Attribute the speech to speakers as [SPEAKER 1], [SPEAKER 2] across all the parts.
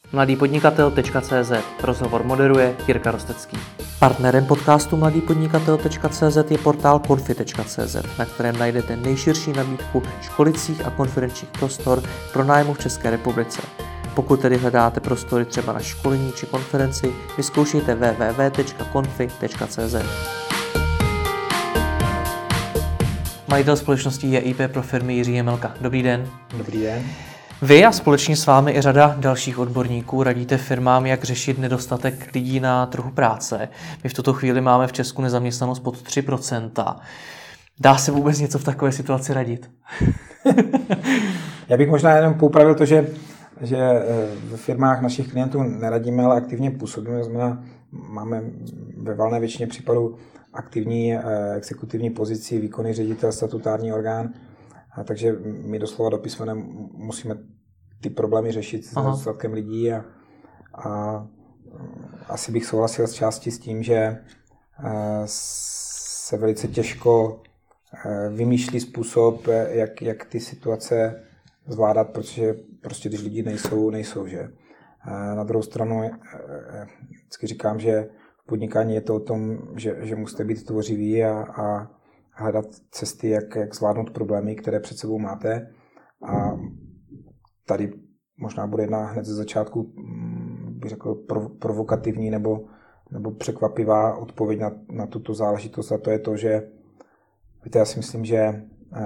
[SPEAKER 1] mladýpodnikatel.cz. Rozhovor moderuje Jirka Rostecký. Partnerem podcastu mladýpodnikatel.cz je portál konfi.cz, na kterém najdete nejširší nabídku školicích a konferenčních prostor pro nájmu v České republice. Pokud tedy hledáte prostory třeba na školení či konferenci, vyzkoušejte www.konfi.cz. Majitel společnosti JIP pro firmy Jiří Jemelka. Dobrý den.
[SPEAKER 2] Dobrý den.
[SPEAKER 1] Vy a společně s vámi i řada dalších odborníků radíte firmám, jak řešit nedostatek lidí na trhu práce. My v tuto chvíli máme v Česku nezaměstnanost pod 3%. Dá se vůbec něco v takové situaci radit?
[SPEAKER 2] Já bych možná jenom poupravil to, že v firmách našich klientů neradíme, ale aktivně působíme. Znamená, máme ve valné většině případů aktivní exekutivní pozici, výkonný ředitel, statutární orgán. Takže my doslova do písmene musíme ty problémy řešit s nedostatkem lidí a asi bych souhlasil s části s tím, že se velice těžko vymýšlí způsob, jak ty situace zvládat, protože prostě když lidi nejsou, že. Na druhou stranu vždycky říkám, že v podnikání je to o tom, že musíte být tvořiví a hledat cesty, jak zvládnout problémy, které před sebou máte. A tady možná bude jedna hned ze začátku, bych řekl, provokativní nebo překvapivá odpověď na tuto záležitost. A to je to, že víte, já si myslím, že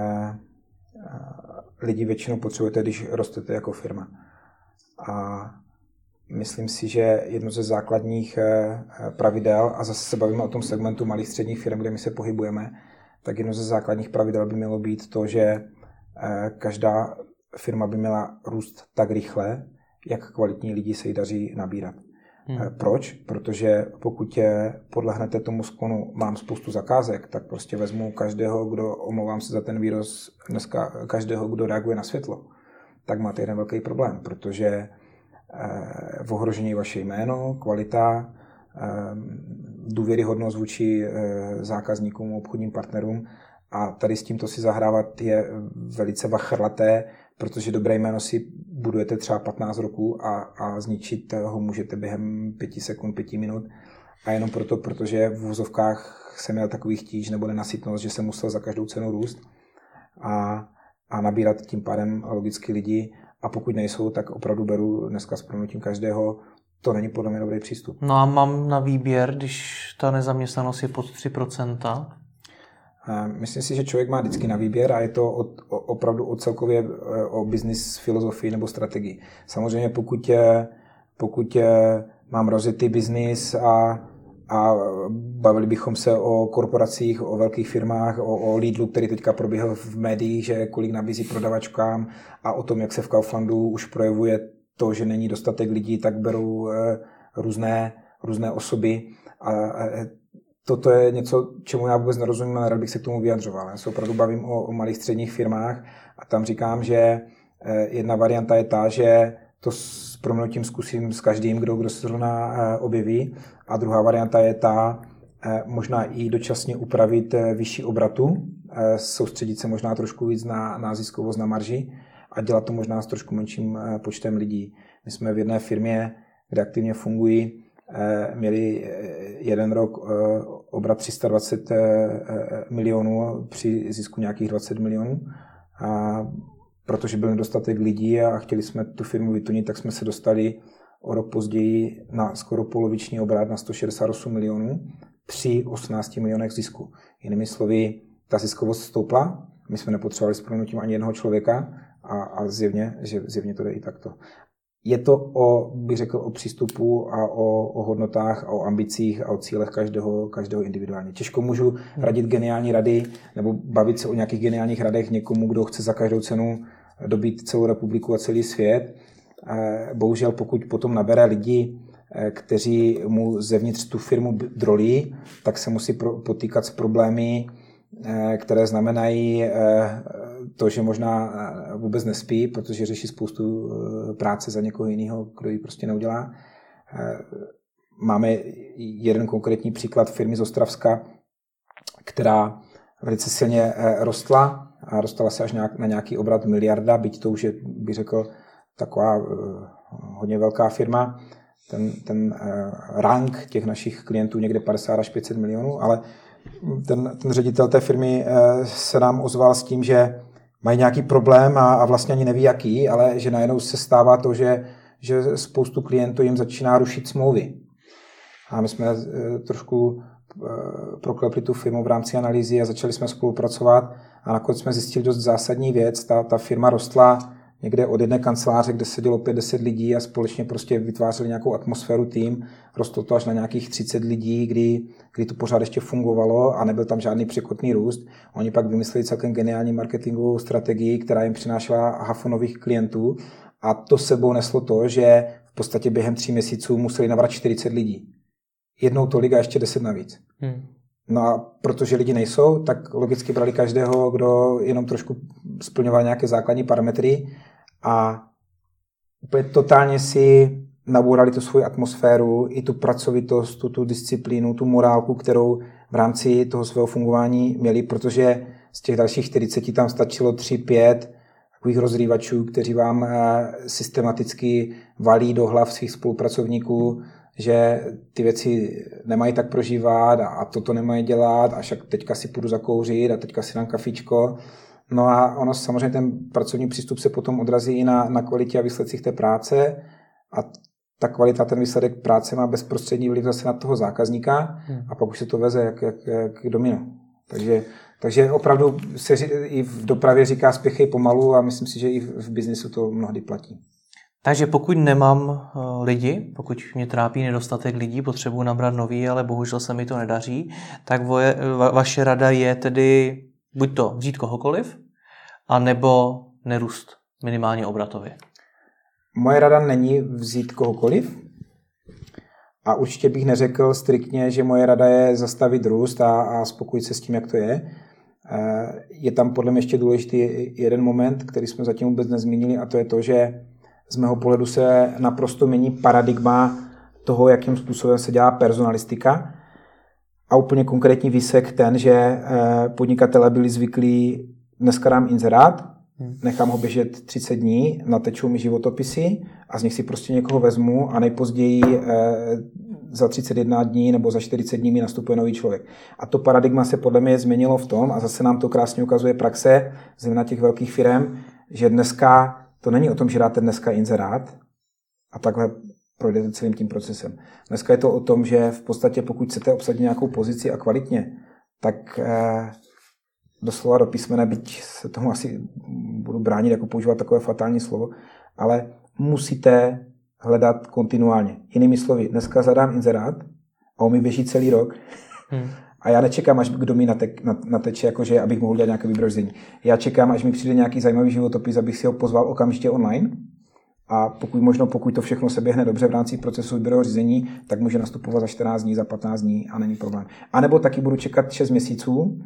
[SPEAKER 2] lidi většinou potřebujete, když rostete jako firma. A myslím si, že jedno ze základních pravidel, a zase se bavíme o tom segmentu malých středních firm, kde my se pohybujeme, tak jedno ze základních pravidel by mělo být to, že každá firma by měla růst tak rychle, jak kvalitní lidi se jí daří nabírat. Proč? Protože pokud podlehnete tomu sklonu mám spoustu zakázek, tak prostě vezmu každého, kdo, omlouvám se za ten výraz dneska, každého, kdo reaguje na světlo, tak máte jeden velký problém, protože v ohrožení vaše jméno, kvalita, důvěryhodnost vůči zákazníkům, obchodním partnerům a tady s tímto si zahrávat je velice vachrlaté, protože dobré jméno si budujete třeba 15 roků a zničit ho můžete během 5 sekund, 5 minut a jenom proto, protože v vozovkách jsem měl takový chtíč nebo nenasytnost, že jsem musel za každou cenu růst a nabírat tím pádem logicky lidi a pokud nejsou, tak opravdu beru dneska s prominutím každého. To není podle mě dobrý přístup.
[SPEAKER 1] No a mám na výběr, když ta nezaměstnanost je pod 3%?
[SPEAKER 2] Myslím si, že člověk má vždycky na výběr a je to opravdu celkově o business filozofii nebo strategii. Samozřejmě pokud mám rozjetý biznis a bavili bychom se o korporacích, o velkých firmách, o Lidlu, který teďka proběhl v médiích, že kolik nabízí prodavačkám a o tom, jak se v Kauflandu už projevuje to, že není dostatek lidí, tak berou různé osoby. A toto je něco, čemu já vůbec nerozumím, ale rád bych se k tomu vyjadřoval. Já se opravdu bavím o malých středních firmách a tam říkám, že jedna varianta je ta, že to s prominutím zkusím s každým, kdo se zrovna objeví. A druhá varianta je ta, možná i dočasně upravit vyšší obratu, soustředit se možná trošku víc na ziskovost, na marži a dělat to možná s trošku menším počtem lidí. My jsme v jedné firmě, kde aktivně fungují, měli jeden rok obrat 320 milionů při zisku nějakých 20 milionů. A protože byl nedostatek lidí a chtěli jsme tu firmu vytunit, tak jsme se dostali o rok později na skoro poloviční obrat na 168 milionů při 18 milionech zisku. Jinými slovy, ta ziskovost stoupla, my jsme nepotřebovali s prominutím ani jednoho člověka a zjevně to jde i takto. Je to bych řekl, o přístupu a o hodnotách a o ambicích a o cílech každého individuálně. Těžko můžu radit geniální rady nebo bavit se o nějakých geniálních radech někomu, kdo chce za každou cenu dobít celou republiku a celý svět. Bohužel, pokud potom nabere lidi, kteří mu zevnitř tu firmu drolí, tak se musí potýkat s problémy, které znamenají to, že možná vůbec nespí, protože řeší spoustu práce za někoho jiného, kdo ji prostě neudělá. Máme jeden konkrétní příklad firmy z Ostravska, která velice silně rostla a dostala se až na nějaký obrat miliarda, byť to už je, bych řekl, taková hodně velká firma, ten rank těch našich klientů někde 50 až 500 milionů, ale ten ředitel té firmy se nám ozval s tím, že mají nějaký problém a vlastně ani neví jaký, ale že najednou se stává to, že spoustu klientů jim začíná rušit smlouvy. A my jsme trošku proklepli tu firmu v rámci analýzy a začali jsme spolupracovat a nakonec jsme zjistili dost zásadní věc. Ta firma rostla někde od jedné kanceláře, kde sedělo 50 lidí a společně prostě vytvářeli nějakou atmosféru tým. Rostlo to až na nějakých 30 lidí, kdy to pořád ještě fungovalo a nebyl tam žádný překotný růst. Oni pak vymysleli celkem geniální marketingovou strategii, která jim přinášela hafu nových klientů a to sebou neslo to, že v podstatě během 3 měsíců museli nabrat 40 lidí. Jednou tolik a ještě 10 navíc. No a protože lidi nejsou, tak logicky brali každého, kdo jenom trošku splňoval nějaké základní parametry a úplně totálně si nabourali tu svoji atmosféru, i tu pracovitost, tu disciplínu, tu morálku, kterou v rámci toho svého fungování měli, protože z těch dalších 40 tam stačilo 3-5 takových rozrývačů, kteří vám systematicky valí do hlav svých spolupracovníků, že ty věci nemají tak prožívat a toto nemají dělat a však teďka si půjdu zakouřit a teďka si dám kafičko. No a ono samozřejmě ten pracovní přístup se potom odrazí i na kvalitě a výsledcích té práce a ta kvalita, ten výsledek práce má bezprostřední vliv zase na toho zákazníka a pak už se to veze jak domino. Takže opravdu se i v dopravě říká spěchej pomalu a myslím si, že i v biznisu to mnohdy platí.
[SPEAKER 1] Takže pokud nemám lidi, pokud mě trápí nedostatek lidí, potřebuji nabrat nový, ale bohužel se mi to nedaří, tak vaše rada je tedy buď to vzít kohokoliv, anebo nerůst minimálně obratově.
[SPEAKER 2] Moje rada není vzít kohokoliv a určitě bych neřekl striktně, že moje rada je zastavit růst a spokojit se s tím, jak to je. Je tam podle mě ještě důležitý jeden moment, který jsme zatím vůbec nezmínili a to je to, že z mého pohledu se naprosto mění paradigma toho, jakým způsobem se dělá personalistika. A úplně konkrétní výsek ten, že podnikatelé byli zvyklí, dneska dám inzerát, nechám ho běžet 30 dní, natečou mi životopisy a z nich si prostě někoho vezmu a nejpozději za 31 dní nebo za 40 dní mi nastupuje nový člověk. A to paradigma se podle mě změnilo v tom, a zase nám to krásně ukazuje praxe, zejména těch velkých firem, že dneska to není o tom, že dáte dneska inzerát a takhle projdete celým tím procesem. Dneska je to o tom, že v podstatě pokud chcete obsadit nějakou pozici a kvalitně, tak doslova do písmene, byť se tomu asi budu bránit, jako používat takové fatální slovo, ale musíte hledat kontinuálně. Jinými slovy, dneska zadám inzerát a on mi běží celý rok a já nečekám, až kdo mi nateče, jakože abych mohl dělat nějaké vybroždění. Já čekám, až mi přijde nějaký zajímavý životopis, abych si ho pozval okamžitě online a pokud to všechno se běhne dobře v rámci procesu výběrového řízení, tak může nastupovat za 14 dní, za 15 dní a není problém. A nebo taky budu čekat 6 měsíců,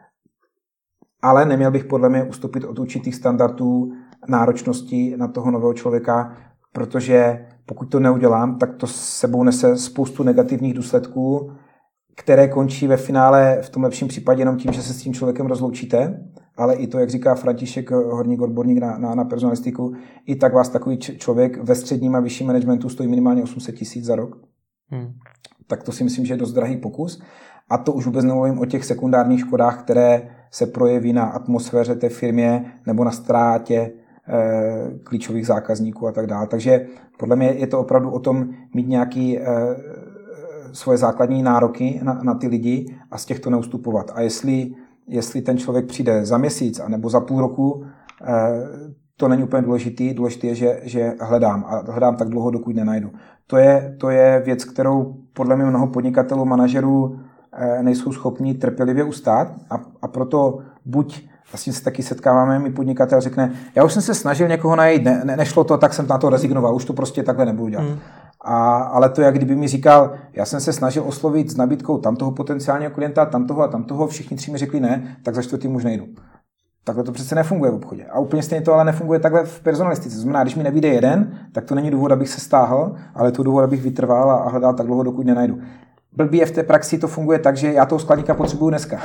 [SPEAKER 2] ale neměl bych podle mě ustupit od určitých standardů náročnosti na toho nového člověka, protože pokud to neudělám, tak to s sebou nese spoustu negativních důsledků, které končí ve finále v tom lepším případě jenom tím, že se s tím člověkem rozloučíte, ale i to, jak říká František Horník, odborník na personalistiku, i tak vás takový člověk ve středním a vyšším managementu stojí minimálně 800 000 za rok. Tak to si myslím, že je dost drahý pokus. A to už vůbec nemluvím o těch sekundárních škodách, které se projeví na atmosféře té firmě nebo na ztrátě klíčových zákazníků a tak dále. Takže podle mě je to opravdu o tom mít nějaký svoje základní nároky na ty lidi a z těchto neustupovat. A jestli ten člověk přijde za měsíc anebo za půl roku, to není úplně důležitý. Důležité je, že hledám. A hledám tak dlouho, dokud nenajdu. To je věc, kterou podle mě mnoho podnikatelů, manažerů nejsou schopni trpělivě ustát a proto buď vlastně se taky setkáváme, mi podnikatel řekne, já už jsem se snažil někoho najít, nešlo to, tak jsem na to rezignoval, už to prostě takhle nebudu dělat. Ale to, jak kdyby mi říkal, já jsem se snažil oslovit s nabídkou tamtoho potenciálního klienta, tamtoho a tamtoho, všichni 3 mi řekli ne, tak za 4. už nejdu. Takhle to přece nefunguje v obchodě. A úplně stejně to ale nefunguje takhle v personalistice. Znamená, když mi nevyjde jeden, tak to není důvod, abych se stáhl, ale to důvod, abych vytrval a hledal tak dlouho, dokud nenajdu. Blbě v té praxi to funguje tak, že já toho skladníka potřebuju dneska.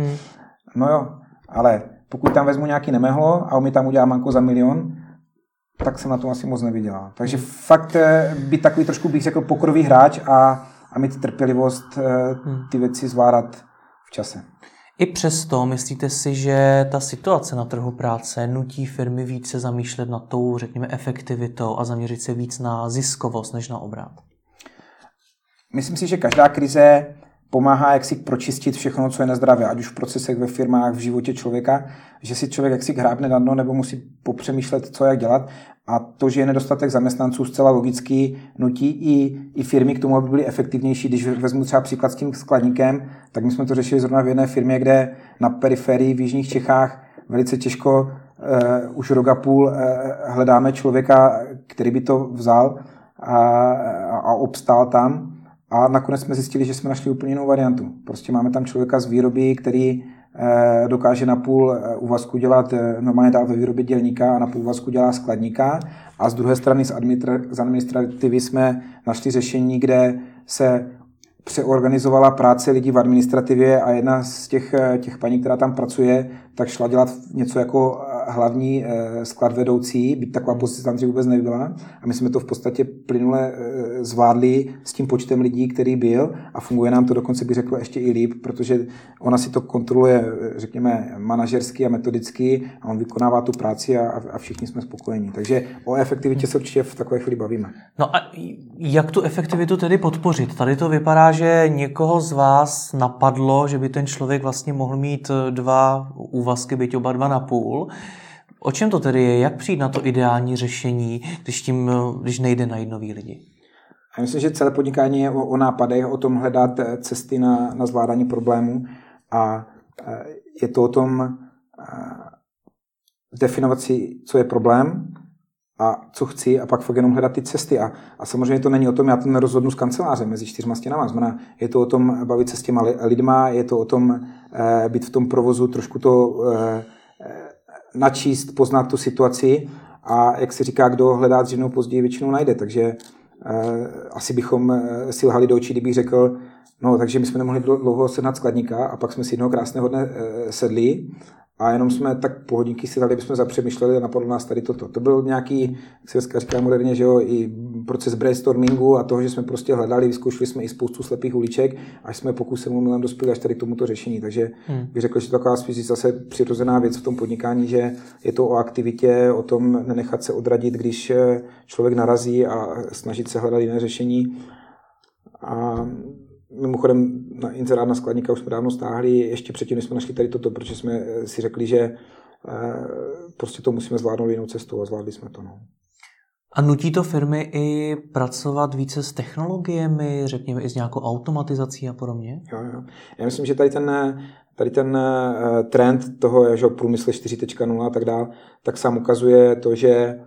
[SPEAKER 2] No jo, ale pokud tam vezmu nějaký nemehlo a on mi tam udělá manko za 1 000 000, tak jsem na tom asi moc nevydělal. Takže fakt být takový trošku, bych řekl, pokorový hráč a mít trpělivost ty věci zvládat v čase.
[SPEAKER 1] I přesto myslíte si, že ta situace na trhu práce nutí firmy více zamýšlet nad tou, řekněme, efektivitou a zaměřit se víc na ziskovost než na obrat?
[SPEAKER 2] Myslím si, že každá krize pomáhá jak si pročistit všechno, co je nezdravé, ať už v procesech, ve firmách, v životě člověka, že si člověk jak si hrábne na dno nebo musí popřemýšlet, co jak dělat. A to, že je nedostatek zaměstnanců, zcela logicky nutí i firmy k tomu, aby byly efektivnější. Když vezmu třeba příklad s tím skladníkem, tak my jsme to řešili zrovna v jedné firmě, kde na periferii v jižních Čechách velice těžko už rok a půl hledáme člověka, který by to vzal a obstál tam. A nakonec jsme zjistili, že jsme našli úplně jinou variantu. Prostě máme tam člověka z výroby, který dokáže na půl úvazku dělat normálně dál ve výrobě dělníka a na půl úvazku dělá skladníka. A z druhé strany z administrativy jsme našli řešení, kde se přeorganizovala práce lidí v administrativě a jedna z těch paní, která tam pracuje, tak šla dělat něco jako hlavní skladvedoucí, byť taková pozice tam vůbec nebyla. A my jsme to v podstatě plynule zvládli s tím počtem lidí, který byl a funguje nám to dokonce, bych řekl, ještě i líp, protože ona si to kontroluje, řekněme, manažersky a metodicky a on vykonává tu práci a všichni jsme spokojení. Takže o efektivitě se určitě v takové chvíli bavíme.
[SPEAKER 1] No a jak tu efektivitu tedy podpořit? Tady to vypadá, že někoho z vás napadlo, že by ten člověk vlastně mohl mít 2 úvazky, byť oba 2,5. O čem to tedy je? Jak přijít na to ideální řešení, když nejde najít nový lidi?
[SPEAKER 2] Já myslím, že celé podnikání je o nápadech, o tom hledat cesty na zvládání problémů a je to o tom definovat si, co je problém a co chci a pak fakt jenom hledat ty cesty. A samozřejmě to není o tom, já to nerozhodnu s kancelářem mezi 4 stěnama. Znamená, je to o tom bavit se s těma lidma, je to o tom být v tom provozu, trošku to načíst, poznat tu situaci a jak se říká, kdo hledá dřív později, většinou najde. Takže asi bychom si lhali do očí, kdybych řekl, no takže my jsme nemohli dlouho sehnat skladníka a pak jsme si jednoho krásného dne sedli a jenom jsme tak po hodinky si dali, abychom zapřemýšleli a napadlo nás tady toto. To byl nějaký, jak se dneska říká moderně, že jo, i proces brainstormingu a toho, že jsme prostě hledali, vyzkoušeli jsme i spoustu slepých uliček, až jsme pokusem nám dospěli až tady k tomuto řešení. Takže bych řekl, že to taková spíš zase přirozená věc v tom podnikání, že je to o aktivitě, o tom nenechat se odradit, když člověk narazí a snažit se hledat jiné řešení. A mimochodem na inzerát na skladníka už jsme dávno stáhli, ještě předtím, než jsme našli tady toto, protože jsme si řekli, že prostě to musíme zvládnout jinou cestou a zvládli jsme to. No.
[SPEAKER 1] A nutí to firmy i pracovat více s technologiemi, řekněme i s nějakou automatizací a podobně?
[SPEAKER 2] Jo. Já myslím, že tady ten trend toho, že průmysl 4.0 a tak dále, tak sám ukazuje to, že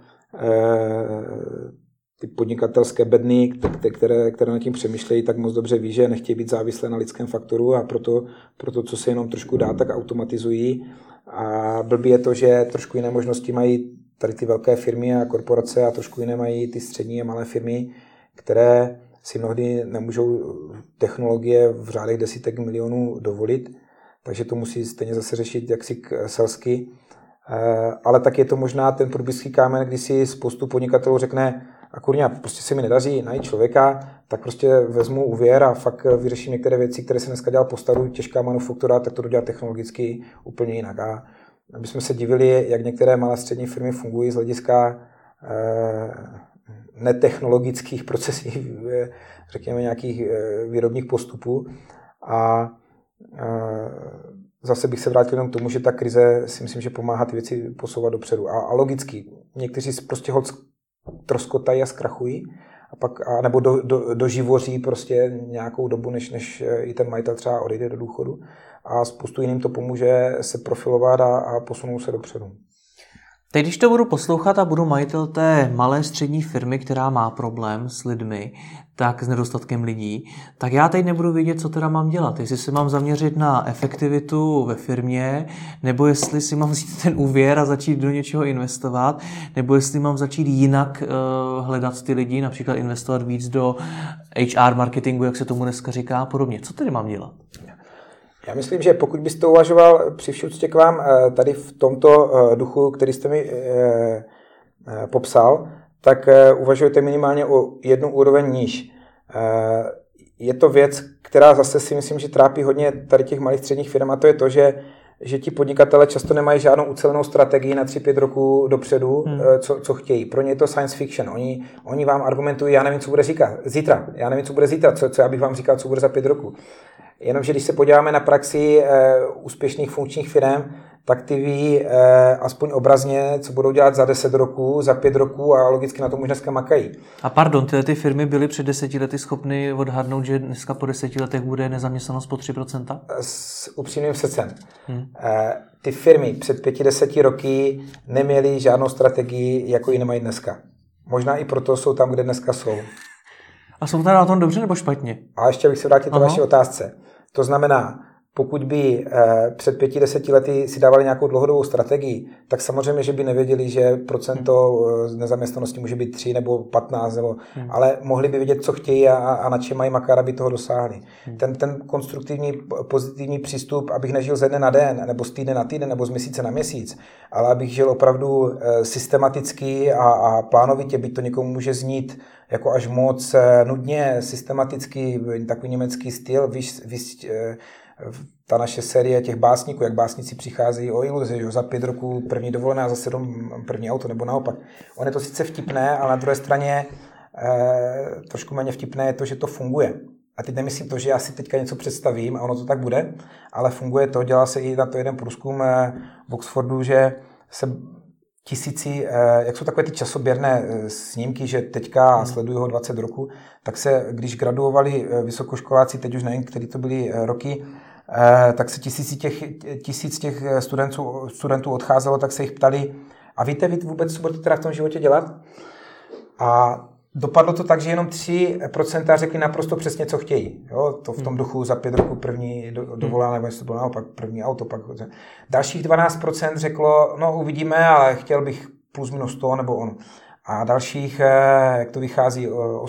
[SPEAKER 2] ty podnikatelské bedny, které nad tím přemýšlejí, tak moc dobře ví, že nechtějí být závislé na lidském faktoru a proto co se jenom trošku dá, tak automatizují. A blbý je to, že trošku jiné možnosti mají tady ty velké firmy a korporace a trošku jiné mají ty střední a malé firmy, které si mnohdy nemůžou technologie v řádech desítek milionů dovolit, takže to musí stejně zase řešit jaksi selsky. Ale tak je to možná ten průběžský kámen, kdy si spoustu podnikatelů řekne, a kurňa, prostě se mi nedaří najít člověka, tak prostě vezmu úvěr a fakt vyřeším některé věci, které se dneska dělal po staru, těžká manufaktura, tak to dodělat technologicky úplně jinak. A my jsme se divili, jak některé malé střední firmy fungují z hlediska netechnologických procesů, řekněme nějakých výrobních postupů. A zase bych se vrátil jenom k tomu, že ta krize si myslím, že pomáhá ty věci posouvat dopředu. A logicky, někteří prostě troskotají a zkrachují, nebo doživoří prostě nějakou dobu, než i ten majitel třeba odejde do důchodu. A spoustu jiným to pomůže se profilovat a posunout se dopředu.
[SPEAKER 1] Teď, když to budu poslouchat a budu majitel té malé střední firmy, která má problém s lidmi, tak s nedostatkem lidí, tak já teď nebudu vědět, co teda mám dělat. Jestli se mám zaměřit na efektivitu ve firmě, nebo jestli si mám vzít ten úvěr a začít do něčeho investovat, nebo jestli mám začít jinak hledat ty lidi, například investovat víc do HR marketingu, jak se tomu dneska říká, a podobně. Co tedy mám dělat?
[SPEAKER 2] Já myslím, že pokud byste uvažoval při vší úctě k vám tady v tomto duchu, který jste mi popsal, tak uvažujete minimálně o jednu úroveň níž. Je to věc, která zase si myslím, že trápí hodně tady těch malých středních firm, a to je to, že ti podnikatele často nemají žádnou ucelenou strategii na 3-5 roků dopředu, co chtějí. Pro ně je to science fiction. Oni vám argumentují, já nevím, co bude zítra. Já nevím, co bude zítra, co já bych vám říkal, co bude za 5 roků. Jenomže když se podíváme na praxi úspěšných funkčních firm, tak ty ví aspoň obrazně, co budou dělat za 10 roků, za 5 roků a logicky na tom už dneska makají.
[SPEAKER 1] A pardon, ty firmy byly před 10 lety schopny odhadnout, že dneska po 10 letech bude nezaměstnanost po 3%?
[SPEAKER 2] S upřímným srdcem. Ty firmy před 5-10 roky neměly žádnou strategii, jako ji nemají dneska. Možná i proto jsou tam, kde dneska jsou.
[SPEAKER 1] A jsou tady na tom dobře nebo špatně?
[SPEAKER 2] A ještě bych se vrátil k vaší otázce. To znamená, pokud by před 5-10 lety si dávali nějakou dlouhodobou strategii, tak samozřejmě, že by nevěděli, že procento nezaměstnanosti může být 3 nebo 15, ale mohli by vědět, co chtějí a na čem mají makat, aby toho dosáhli. Ten konstruktivní, pozitivní přístup, abych nežil ze dne na den, nebo z týdne na týden, nebo z měsíce na měsíc, ale abych žil opravdu systematicky a plánovitě, byť to někomu může znít jako až moc nudně, systematicky, takový německý styl, ta naše série těch básníků, jak básníci přicházejí o iluzi, že za 5 roků první dovolená a za 7 první auto, nebo naopak. On je to sice vtipné, ale na druhé straně trošku méně vtipné je to, že to funguje. A teď nemyslím to, že já si teďka něco představím a ono to tak bude, ale funguje to. Dělal se i na to jeden průzkum v Oxfordu, že se tisíci, jak jsou takové ty časoběrné snímky, že teďka sledují ho 20 roku, tak se, když graduovali vysokoškoláci, teď už nevím, který to byly roky, tak se tisíc těch studentů odcházelo, tak se jich ptali, a víte vy vůbec, co budete teda v tom životě dělat? A dopadlo to tak, že jenom 3% řekli naprosto přesně, co chtějí. Jo? To v tom duchu za 5 roků první dovolená, nebo jestli to bylo naopak první auto. Pak. Dalších 12% řeklo, no uvidíme, ale chtěl bych plus minus to nebo ono. A dalších, jak to vychází,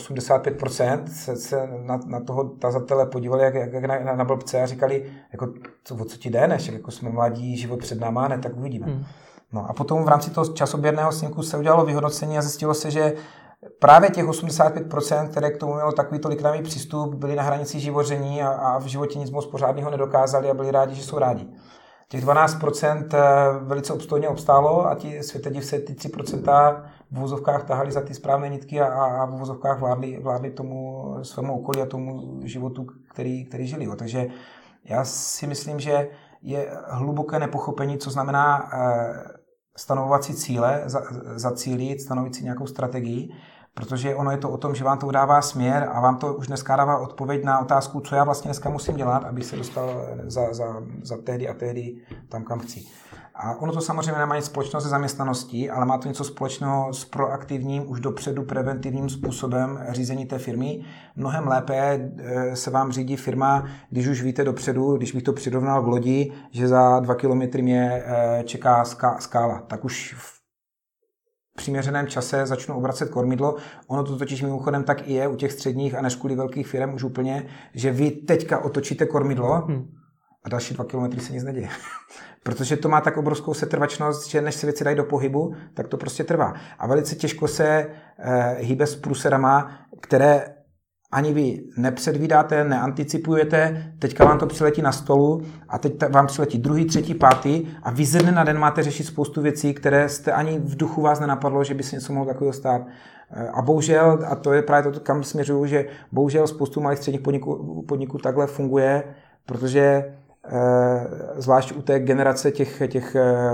[SPEAKER 2] 85% se na toho tazatele podívali jak na blbce a říkali, jako, o co ti jde, než jako jsme mladí, život před náma, ne, tak uvidíme. No a potom v rámci toho časoběrného snímku se udělalo vyhodnocení a zjistilo se, že právě těch 85%, které k tomu mělo takovýto liknavý přístup, byli na hranici živoření a v životě nic moc pořádného nedokázali a byli rádi, že jsou rádi. Těch 12% velice obstojně obstálo a ti světediv se ty 3% v uvozovkách tahali za ty správné nitky a v uvozovkách vládli tomu svému okolí a tomu životu, který žili. Jo. Takže já si myslím, že je hluboké nepochopení, co znamená stanovovat si cíle, zacílit, stanovit si nějakou strategii, protože ono je to o tom, že vám to dává směr a vám to už dneska dává odpověď na otázku, co já vlastně dneska musím dělat, abych se dostal za tehdy a tehdy tam, kam chci. A ono to samozřejmě nemá nic společného se zaměstnaností, ale má to něco společného s proaktivním, už dopředu preventivním způsobem řízení té firmy. Mnohem lépe se vám řídí firma, když už víte dopředu, když bych to přirovnal k lodi, že za 2 kilometry mě čeká skála. Tak už v přiměřeném čase začnu obracet kormidlo. Ono to totiž mimochodem tak i je u těch středních a než kvůli velkých firm už úplně, že vy teďka otočíte kormidlo a další 2 kilometry se nic neděje. Protože to má tak obrovskou setrvačnost, že než se věci dají do pohybu, tak to prostě trvá. A velice těžko se hýbe s průserama, které ani vy nepředvídáte, neanticipujete, teďka vám to přiletí na stolu a teď vám přiletí druhý, třetí, pátý a vy ze dne na den máte řešit spoustu věcí, které jste ani v duchu vás nenapadlo, že by se něco mohlo takového stát. A bohužel, a to je právě to, kam směřuju, že bohužel spoustu malých středních podniků takhle funguje, protože zvlášť u té generace těch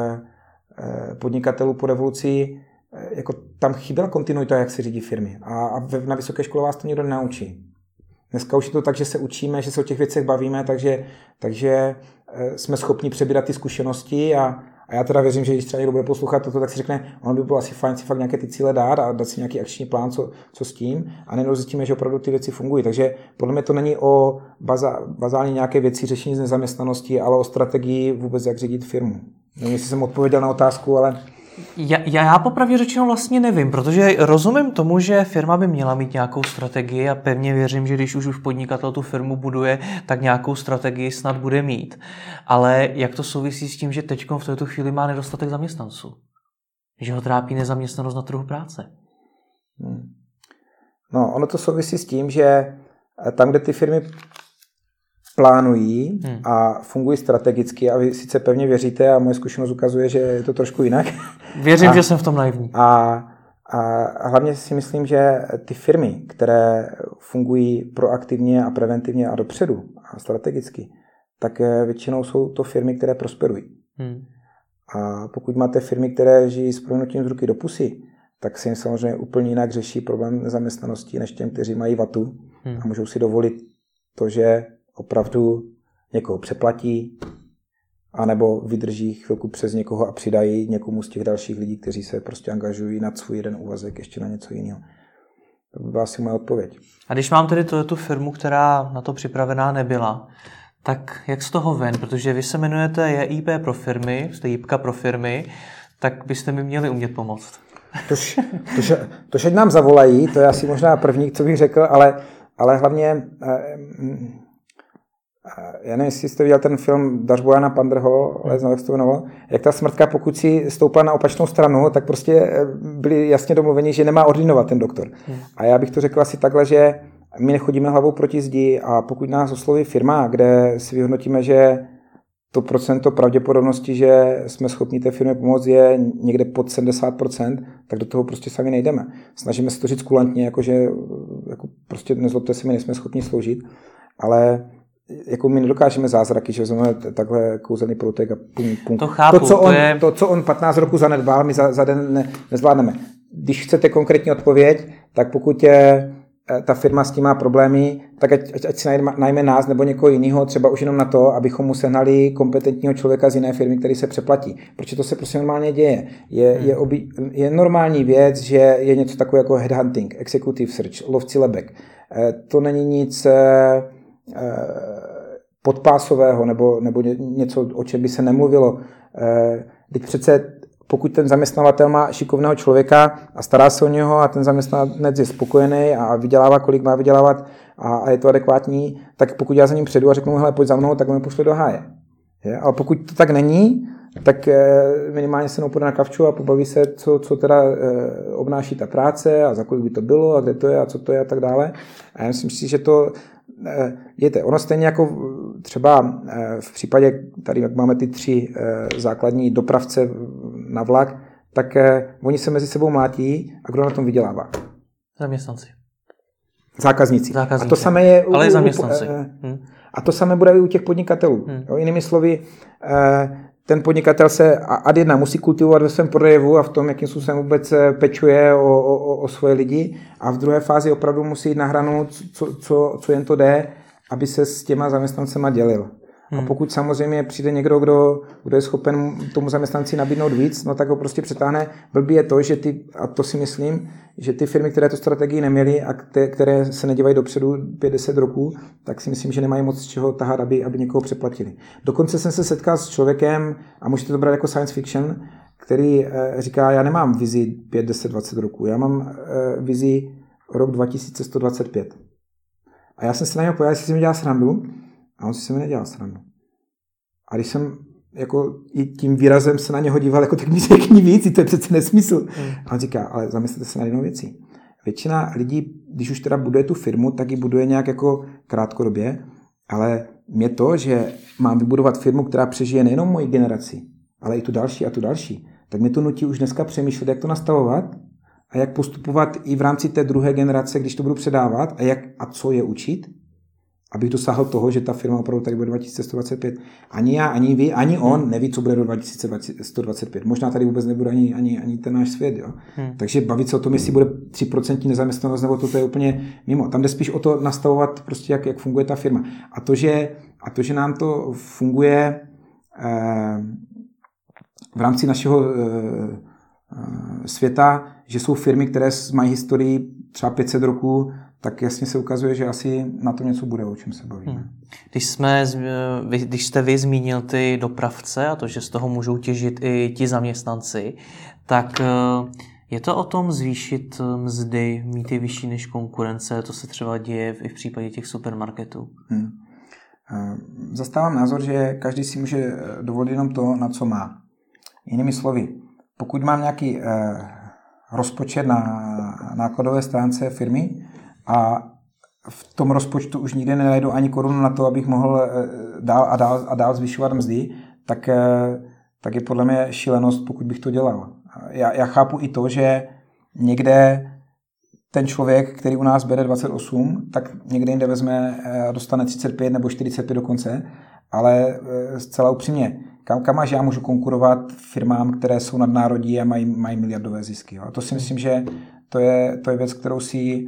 [SPEAKER 2] podnikatelů po revoluci, jako tam chyběla kontinuita, jak se řídí firmy. A na vysoké škole vás to nikdo nenaučí. Dneska už je to tak, že se učíme, že se o těch věcech bavíme, takže jsme schopni přebírat ty zkušenosti a já teda věřím, že když třeba někdo bude poslouchat toto, tak si řekne, ono by bylo asi fajn si fakt nějaké ty cíle dát a dát si nějaký akční plán, co s tím a nejenom zjistíme, že opravdu ty věci fungují. Takže podle mě to není o bazální nějaké věci řešení z nezaměstnanosti, ale o strategii vůbec, jak řídit firmu. Nevím, jestli jsem odpověděl na otázku, ale
[SPEAKER 1] Já popravdě řečeno vlastně nevím, protože rozumím tomu, že firma by měla mít nějakou strategii a pevně věřím, že když už podnikatel tu firmu buduje, tak nějakou strategii snad bude mít. Ale jak to souvisí s tím, že teďkom v této chvíli má nedostatek zaměstnanců? Že ho trápí nezaměstnanost na trhu práce.
[SPEAKER 2] No, ono to souvisí s tím, že tam, kde ty firmy plánují a fungují strategicky a vy sice pevně věříte a moje zkušenost ukazuje, že je to trošku jinak.
[SPEAKER 1] Věřím, že jsem v tom naivní.
[SPEAKER 2] A hlavně si myslím, že ty firmy, které fungují proaktivně a preventivně a dopředu a strategicky, tak většinou jsou to firmy, které prosperují. A pokud máte firmy, které žijí s prohnutím z ruky do pusy, tak se jim samozřejmě úplně jinak řeší problém nezaměstnanosti než těm, kteří mají vatu a můžou si dovolit to, že opravdu někoho přeplatí anebo vydrží chvilku přes někoho a přidají někomu z těch dalších lidí, kteří se prostě angažují nad svůj jeden úvazek ještě na něco jiného. To by byla asi moje odpověď.
[SPEAKER 1] A když mám tedy tu firmu, která na to připravená nebyla, tak jak z toho ven? Protože vy se jmenujete JIP pro firmy, jste JIPka pro firmy, tak byste mi měli umět pomoct.
[SPEAKER 2] To ať nám zavolají, to je asi možná první, co bych řekl, ale hlavně, já nevím, jestli jste viděl ten film Dař Bojana Panderho, jak ta smrtka, pokud si stoupla na opačnou stranu, tak prostě byli jasně domluveni, že nemá ordinovat ten doktor. A já bych to řekl asi takhle, že my nechodíme hlavou proti zdi a pokud nás osloví firma, kde si vyhodnotíme, že to procento pravděpodobnosti, že jsme schopni té firmě pomoct, je někde pod 70%, tak do toho prostě sami nejdeme. Snažíme se to říct kulantně, jako prostě nezlobte se, my nejsme schopni sloužit, ale jako my nedokážeme zázraky, že vezmeme takhle kouzelný proutek a pum.
[SPEAKER 1] To chápu.
[SPEAKER 2] To, co on 15 roku zanedbal, my za den nezvládneme. Když chcete konkrétní odpověď, tak pokud ta firma s tím má problémy, tak ať si najme nás nebo někoho jiného, třeba už jenom na to, abychom mu sehnali kompetentního člověka z jiné firmy, který se přeplatí. Protože to se prostě normálně děje. Je normální věc, že je něco takové jako headhunting, executive search, lovci lebek. To není nic podpásového nebo něco, o čem by se nemluvilo. Teď přece pokud ten zaměstnavatel má šikovného člověka a stará se o něho a ten zaměstnanec je spokojený a vydělává, kolik má vydělávat a je to adekvátní, tak pokud já za ním přijdu a řeknu mu, hele, pojď za mnou, tak on mě pošle do háje. Ale pokud to tak není, tak minimálně se půjde na kavču a pobaví se, co teda obnáší ta práce a za kolik by to bylo a kde to je a co to je a tak dále. A já myslím si, že to ono stejně jako třeba v případě, tady jak máme ty 3 základní dopravce na vlak, tak oni se mezi sebou mlátí a kdo na tom vydělává?
[SPEAKER 1] Zaměstnanci.
[SPEAKER 2] Zákazníci. A to samé je
[SPEAKER 1] ale zaměstnanci.
[SPEAKER 2] A to samé bude i u těch podnikatelů. Jinými slovy, ten podnikatel se ad jedna musí kultivovat ve svém projevu a v tom, jakým způsobem vůbec pečuje o svoje lidi a v druhé fázi opravdu musí jít na hranu, co jen to jde, aby se s těma zaměstnancema dělil. A pokud samozřejmě přijde někdo, kdo je schopen tomu zaměstnanci nabídnout víc, no tak ho prostě přetáhne. Blbý je to, že a to si myslím, že ty firmy, které tu strategii neměly a které se nedívají dopředu 50 roků, tak si myslím, že nemají moc z čeho tahat, aby někoho přeplatili. Dokonce jsem se setkal s člověkem, a můžete to brát jako science fiction, který říká, já nemám vizi 5, 10, 20 roků, já mám vizi rok 2125. A já jsem se na něho pojel, jestli si mi dělal srandu, a on si se mi nedělal srandu. A když jsem jako i tím výrazem se na něho díval, jako tak mi řekni víc, to je přece nesmysl. A on říká, ale zamyslete se na jednou věcí. Většina lidí, když už teda buduje tu firmu, tak ji buduje nějak jako krátkodobě, ale mě to, že mám vybudovat firmu, která přežije nejenom moji generaci, ale i tu další, tak mě to nutí už dneska přemýšlet, jak to nastavovat a jak postupovat i v rámci té druhé generace, když to budu předávat a co je učit, abych dosáhl toho, že ta firma opravdu tady bude 2125. Ani já, ani vy, ani on neví, co bude do 2125. Možná tady vůbec nebude ani ten náš svět. Jo? Takže bavit se o tom, jestli bude 3% nezaměstnanost, nebo to je úplně mimo. Tam jde spíš o to nastavovat, prostě jak funguje ta firma. A to, že nám to funguje v rámci našeho světa, že jsou firmy, které mají historii třeba 500 roků, tak jasně se ukazuje, že asi na to něco bude, o čem se bavíme.
[SPEAKER 1] Když jste vy zmínil ty dopravce a to, že z toho můžou těžit i ti zaměstnanci, tak je to o tom zvýšit mzdy, mít je vyšší než konkurence, to se třeba děje i v případě těch supermarketů?
[SPEAKER 2] Zastávám názor, že každý si může dovolit jenom to, na co má. Jinými slovy, pokud mám nějaký rozpočet na nákladové stránce firmy a v tom rozpočtu už nikdy nenajdu ani korunu na to, abych mohl dál zvyšovat mzdy, tak je podle mě šílenost, pokud bych to dělal. Já chápu i to, že někde ten člověk, který u nás bere 28, tak někde jinde vezme a dostane 35 nebo 45 dokonce, ale zcela upřímně, kam až já můžu konkurovat firmám, které jsou nadnárodní a mají miliardové zisky. A to si myslím, že to je věc, kterou si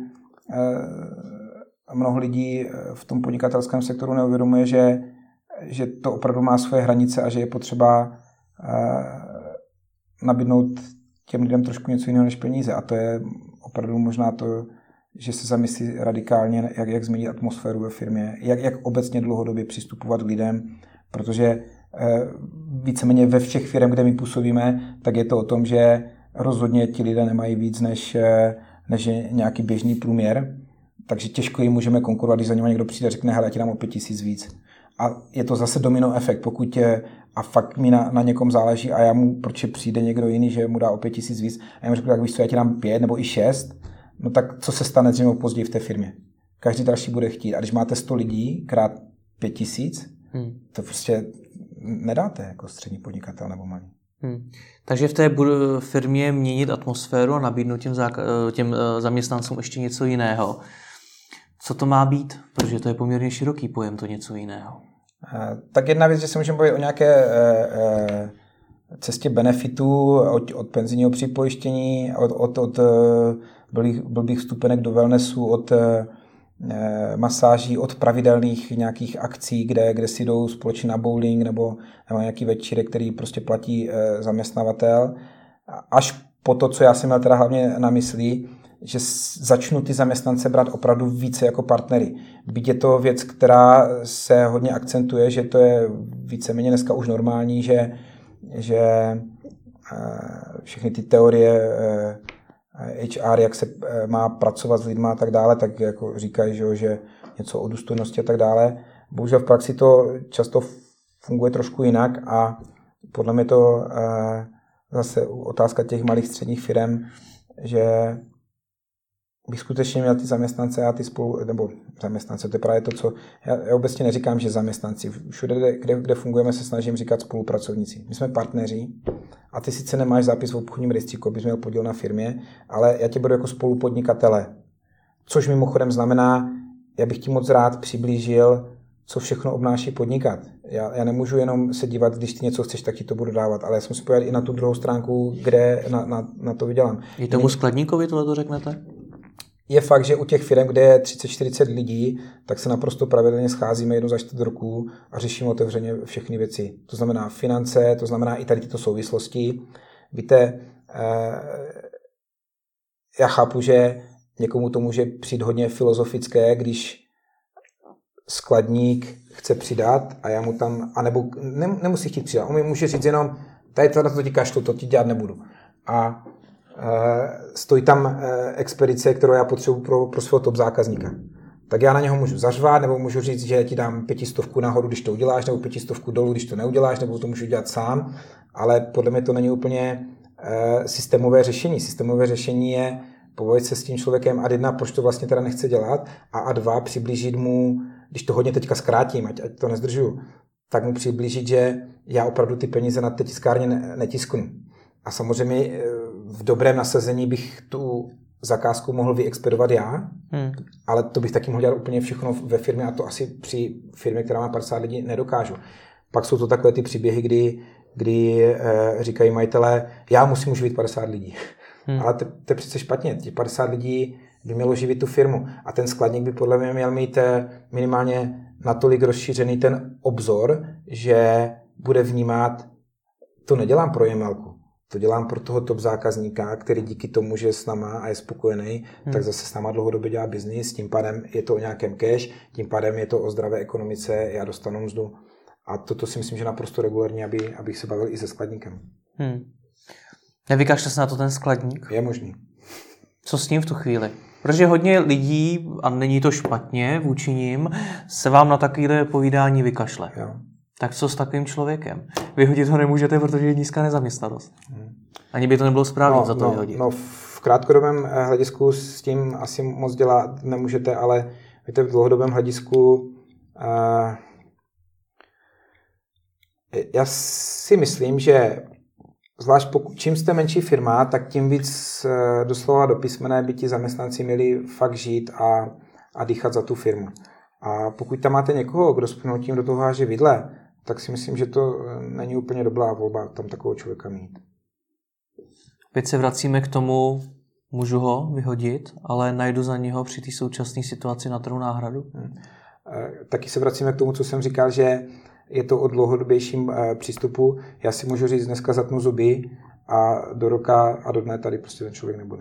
[SPEAKER 2] mnoho lidí v tom podnikatelském sektoru neuvědomuje, že to opravdu má svoje hranice a že je potřeba nabídnout těm lidem trošku něco jiného než peníze. A to je opravdu možná to, že se zamyslí radikálně, jak změnit atmosféru ve firmě, jak obecně dlouhodobě přistupovat k lidem, protože víceméně ve všech firmách, kde my působíme, tak je to o tom, že rozhodně ti lidé nemají víc než je nějaký běžný průměr, takže těžko jim můžeme konkurovat, když za něma někdo přijde a řekne, hele, já ti dám o 5 000 víc. A je to zase domino efekt, pokud a fakt mi na někom záleží a já mu, proč přijde někdo jiný, že mu dá o 5 000 víc a já mu řeknu, tak víš co, já ti dám 5 nebo i 6, no tak co se stane dříve nebo později v té firmě? Každý další bude chtít. A když máte 100 lidí krát 5 000, to prostě nedáte jako střední podnikatel nebo malý.
[SPEAKER 1] Takže v té firmě měnit atmosféru a nabídnout těm zaměstnancům ještě něco jiného. Co to má být? Protože to je poměrně široký pojem, to něco jiného.
[SPEAKER 2] Tak jedna věc, že se můžeme bavit o nějaké cestě benefitů, od penzijního připojištění, od blbých vstupenek do wellnessu, od masáží, od pravidelných nějakých akcí, kde si jdou společně na bowling nebo nějaký večírek, který prostě platí zaměstnavatel. Až po to, co já jsem měl teda hlavně na mysli, že začnu ty zaměstnance brát opravdu více jako partnery. Byť je to věc, která se hodně akcentuje, že to je víceméně dneska už normální, že všechny ty teorie HR, jak se má pracovat s lidma a tak dále, tak jako říkají, že něco o důstojnosti a tak dále. Bohužel v praxi to často funguje trošku jinak a podle mě to zase otázka těch malých středních firm, že bych skutečně měl ty zaměstnance a ty nebo zaměstnance, to je právě to, co já obecně neříkám, že zaměstnanci. Všude, kde fungujeme, se snažím říkat spolupracovníci. My jsme partneři a ty sice nemáš zápis v obchodním rejstříku, abys měl podíl na firmě, ale já tě beru jako spolupodnikatele. Což mimochodem znamená, já bych ti moc rád přiblížil, co všechno obnáší podnikat. Já nemůžu jenom se dívat, když ty něco chceš, tak ti to budu dávat, ale já jsem si pojel i na tu druhou stránku, kde na to vydělám.
[SPEAKER 1] I tomu skladníkovi tohle řeknete?
[SPEAKER 2] Je fakt, že u těch firm, kde je 30-40 lidí, tak se naprosto pravidelně scházíme jednou za 4 roku a řešíme otevřeně všechny věci. To znamená finance, to znamená i tady tyto souvislosti. Víte, já chápu, že někomu to může přijít hodně filozofické, když skladník chce přidat a já mu tam, anebo nemusí chtít přidat. On mi může říct jenom, tady to ti kašlu, to ti dělat nebudu. A stojí tam expedice, kterou já potřebuji pro svého top zákazníka. Tak já na něho můžu zařvat, nebo můžu říct, že ti dám 500 nahoru, když to uděláš, nebo 500 dolů, když to neuděláš, nebo to můžu dělat sám, ale podle mě to není úplně systémové řešení. Systémové řešení je pobavit se s tím člověkem ad 1, proč to vlastně teda nechce dělat, a ad 2 přiblížit mu, když to hodně teďka zkrátím, ať to nezdržuju, tak mu přiblížit, že já opravdu ty peníze na té tiskárně netisknu. A samozřejmě v dobrém nasazení bych tu zakázku mohl vyexpedovat já, ale to bych taky mohl dělat úplně všechno ve firmě a to asi při firmě, která má 50 lidí, nedokážu. Pak jsou to takové ty příběhy, kdy říkají majitelé, já musím uživit 50 lidí. Ale to je přece špatně. Těch 50 lidí by mělo živit tu firmu. A ten skladník by podle mě měl mít minimálně natolik rozšířený ten obzor, že bude vnímat, to nedělám pro Jemelku. To dělám pro toho top zákazníka, který díky tomu, že je s náma a je spokojený, tak zase s náma dlouhodobě dělá biznis, tím pádem je to o nějakém cash, tím pádem je to o zdravé ekonomice, já dostanu mzdu. A toto si myslím, že naprosto regulárně, abych se bavil i se skladníkem.
[SPEAKER 1] Nevykašle se na to ten skladník?
[SPEAKER 2] Je možný.
[SPEAKER 1] Co s ním v tu chvíli? Protože hodně lidí, a není to špatně vůči nim, se vám na takové povídání vykašle.
[SPEAKER 2] Jo.
[SPEAKER 1] Tak co s takovým člověkem? Vyhodit ho nemůžete, protože je nízká nezaměstnanost. Ani by to nebylo správně za to vyhodit.
[SPEAKER 2] No, v krátkodobém hledisku s tím asi moc dělat nemůžete, ale víte, v dlouhodobém hledisku já si myslím, že zvlášť čím jste menší firma, tak tím víc doslova do písmene by ti zaměstnanci měli fakt žít a dýchat za tu firmu. A pokud tam máte někoho, kdo s pnutím do toho háže vidle, tak si myslím, že to není úplně dobrá volba tam takového člověka mít.
[SPEAKER 1] Opět se vracíme k tomu, můžu ho vyhodit, ale najdu za něho při té současné situaci na trhu náhradu?
[SPEAKER 2] Taky se vracíme k tomu, co jsem říkal, že je to o dlouhodobějším přístupu. Já si můžu říct, dneska zatnu zuby a do roka a do dne tady prostě ten člověk nebude.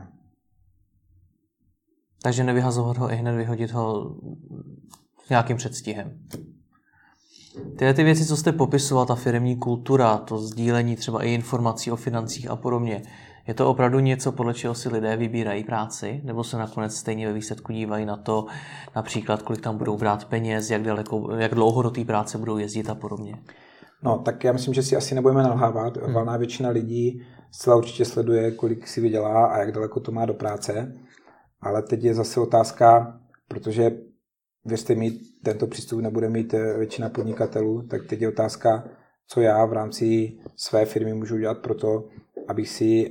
[SPEAKER 1] Takže nevyhazovat ho i hned, vyhodit ho s nějakým předstihem. Tyhle ty věci, co jste popisoval, ta firemní kultura, to sdílení třeba i informací o financích a podobně, je to opravdu něco, podle čeho si lidé vybírají práci? Nebo se nakonec stejně ve výsledku dívají na to, například, kolik tam budou brát peněz, jak dlouho do té práce budou jezdit a podobně?
[SPEAKER 2] No, tak já myslím, že si asi nebudeme nalhávat. Valná většina lidí zcela určitě sleduje, kolik si vydělá a jak daleko to má do práce. Ale teď je zase otázka, protože věřte mi, tento přístup nebude mít většina podnikatelů, tak teď je otázka, co já v rámci své firmy můžu dělat pro to, abych si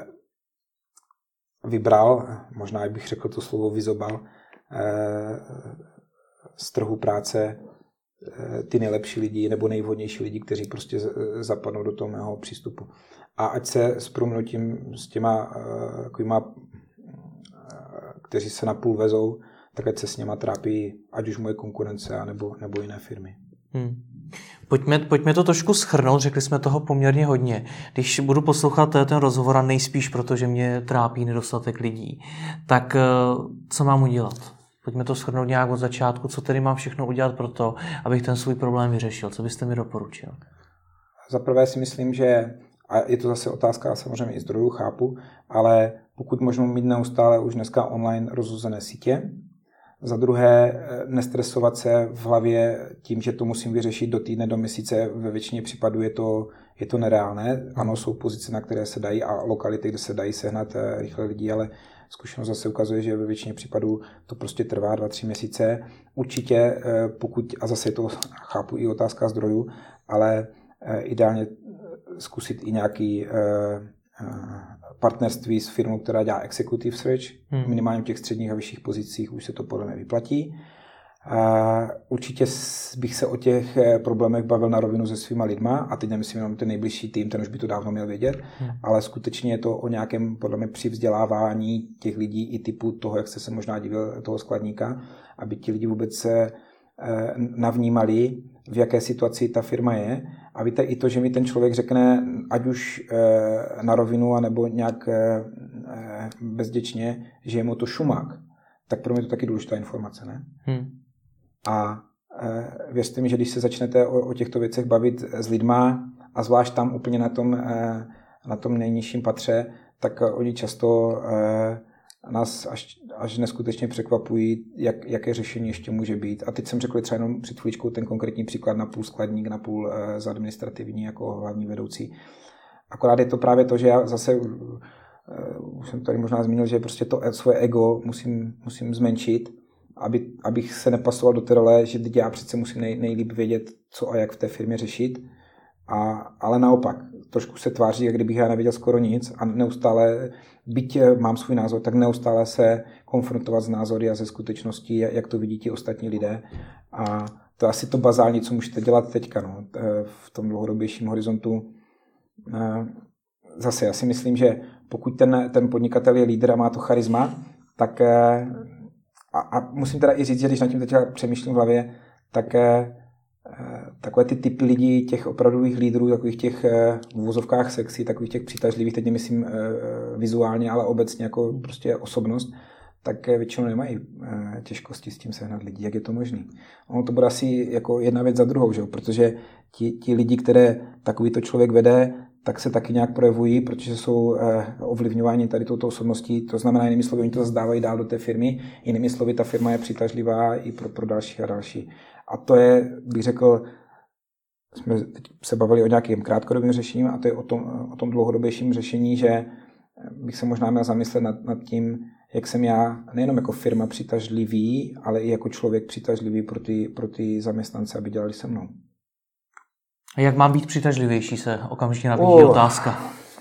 [SPEAKER 2] vybral, možná bych řekl to slovo vyzobal, z trhu práce ty nejlepší lidi nebo nejvhodnější lidi, kteří prostě zapadnou do toho mého přístupu. A ať se s prominutím s těma takovýma, kteří se napůl vezou, tak ať se s něma trápí ať už moje konkurence nebo jiné firmy.
[SPEAKER 1] Pojďme to trošku shrnout, řekli jsme toho poměrně hodně. Když budu poslouchat ten rozhovor a nejspíš, protože mě trápí nedostatek lidí, tak co mám udělat? Pojďme to shrnout nějak od začátku, co tedy mám všechno udělat pro to, abych ten svůj problém vyřešil. Co byste mi doporučil?
[SPEAKER 2] Za prvé si myslím, že, a je to zase otázka samozřejmě i zdrojů, chápu, ale pokud možno mít neustále už dneska online rozhozené sítě. Za druhé, nestresovat se v hlavě tím, že to musím vyřešit do týdne, do měsíce. Ve většině případů je to nereálné. Ano, jsou pozice, na které se dají a lokality, kde se dají sehnat rychle lidi, ale zkušenost zase ukazuje, že ve většině případů to prostě trvá 2-3 měsíce. Určitě, pokud, a zase to chápu i otázka zdrojů, ale ideálně zkusit i nějaký partnerství s firmou, která dělá executive search. Minimálně v těch středních a vyšších pozicích už se to podle mě vyplatí. Určitě bych se o těch problémech bavil na rovinu se svýma lidma a teď nemyslím jenom ten nejbližší tým, ten už by to dávno měl vědět, ale skutečně je to o nějakém podle mě přivzdělávání těch lidí i typu toho, jak jste se možná divil toho skladníka, aby ti lidi vůbec se navnímali, v jaké situaci ta firma je. A víte, i to, že mi ten člověk řekne, ať už na rovinu, anebo nějak bezděčně, že je mu to šumák, tak pro mě to taky důležitá informace, ne? A věřte mi, že když se začnete o těchto věcech bavit s lidma, a zvlášť tam úplně na tom nejnižším patře, tak oni často nás až neskutečně překvapují, jaké řešení ještě může být. A teď jsem řekl třeba jenom před chvíličkou ten konkrétní příklad na půl skladník, na půl za administrativní jako hlavní vedoucí. Akorát je to právě to, že já zase, už jsem tady možná zmínil, že prostě to svoje ego musím zmenšit, abych se nepasoval do té role, že teď já přece musím nejlíp vědět, co a jak v té firmě řešit. Ale naopak, trošku se tváří, jak kdybych já nevěděl skoro nic a neustále, byť mám svůj názor, tak neustále se konfrontovat s názory a ze skutečností, jak to vidí ti ostatní lidé. A to je asi to bazální, co můžete dělat teďka, no, v tom dlouhodobějším horizontu. Zase já si myslím, že pokud ten podnikatel je lídr a má to charisma, tak a musím teda i říct, že když nad tím teďka přemýšlím v hlavě, tak takové ty typy lidí, těch opravdových lídrů, takových těch v uvozovkách sexy, takových těch přitažlivých, teď nemyslím vizuálně, ale obecně jako prostě osobnost, tak většinou nemají těžkosti s tím sehnat lidi. Jak je to možné? Ono to bude asi jako jedna věc za druhou, že? Protože ti lidi, které takovýto člověk vede, tak se taky nějak projevují, protože jsou ovlivňováni tady touto osobností. To znamená, jinými slovy, oni to zdávají dál do té firmy, jinými slovy, ta firma je přitažlivá i pro další a další. A to je, bych řekl, jsme teď se bavili o nějakém krátkodobém řešení a to je o tom dlouhodobějším řešení, že bych se možná měl zamyslet nad tím, jak jsem já nejenom jako firma přitažlivý, ale i jako člověk přitažlivý pro ty zaměstnance, aby dělali se mnou.
[SPEAKER 1] A jak mám být přitažlivější, se okamžitě nabízí otázka.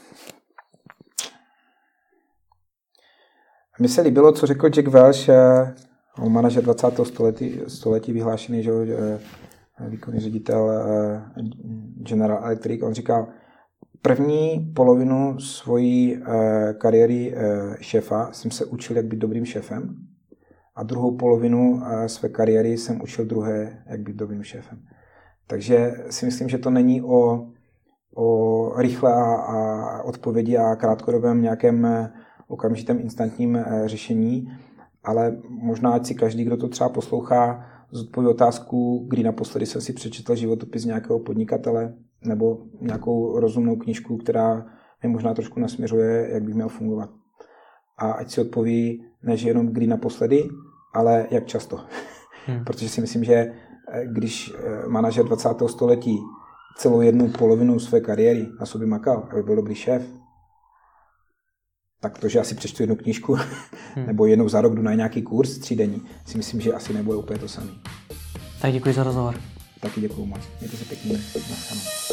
[SPEAKER 2] Mně se líbilo, co řekl Jack Welch, manažer 20. století vyhlášený, že výkonný ředitel General Electric. On říkal, první polovinu svojí kariéry šéfa jsem se učil, jak být dobrým šéfem, a druhou polovinu své kariéry jsem učil druhé, jak být dobrým šéfem. Takže si myslím, že to není o rychlé a odpovědi a krátkodobém nějakém okamžitém instantním řešení, ale možná, ať si každý, kdo to třeba poslouchá, zodpoví otázku, kdy naposledy jsem si přečetl životopis nějakého podnikatele nebo nějakou rozumnou knížku, která mě možná trošku nasměřuje, jak bych měl fungovat. A ať si odpoví, ne že jenom kdy naposledy, ale jak často. Protože si myslím, že když manažer 20. století celou jednu polovinu své kariéry na sobě makal, aby byl dobrý šéf, tak to, že asi přečtu jednu knížku nebo jednou za rok jdu na nějaký kurz 3denní, si myslím, že asi nebude úplně to samé.
[SPEAKER 1] Tak děkuji za rozhovor.
[SPEAKER 2] Taky děkuji moc. Mějte se pěkně.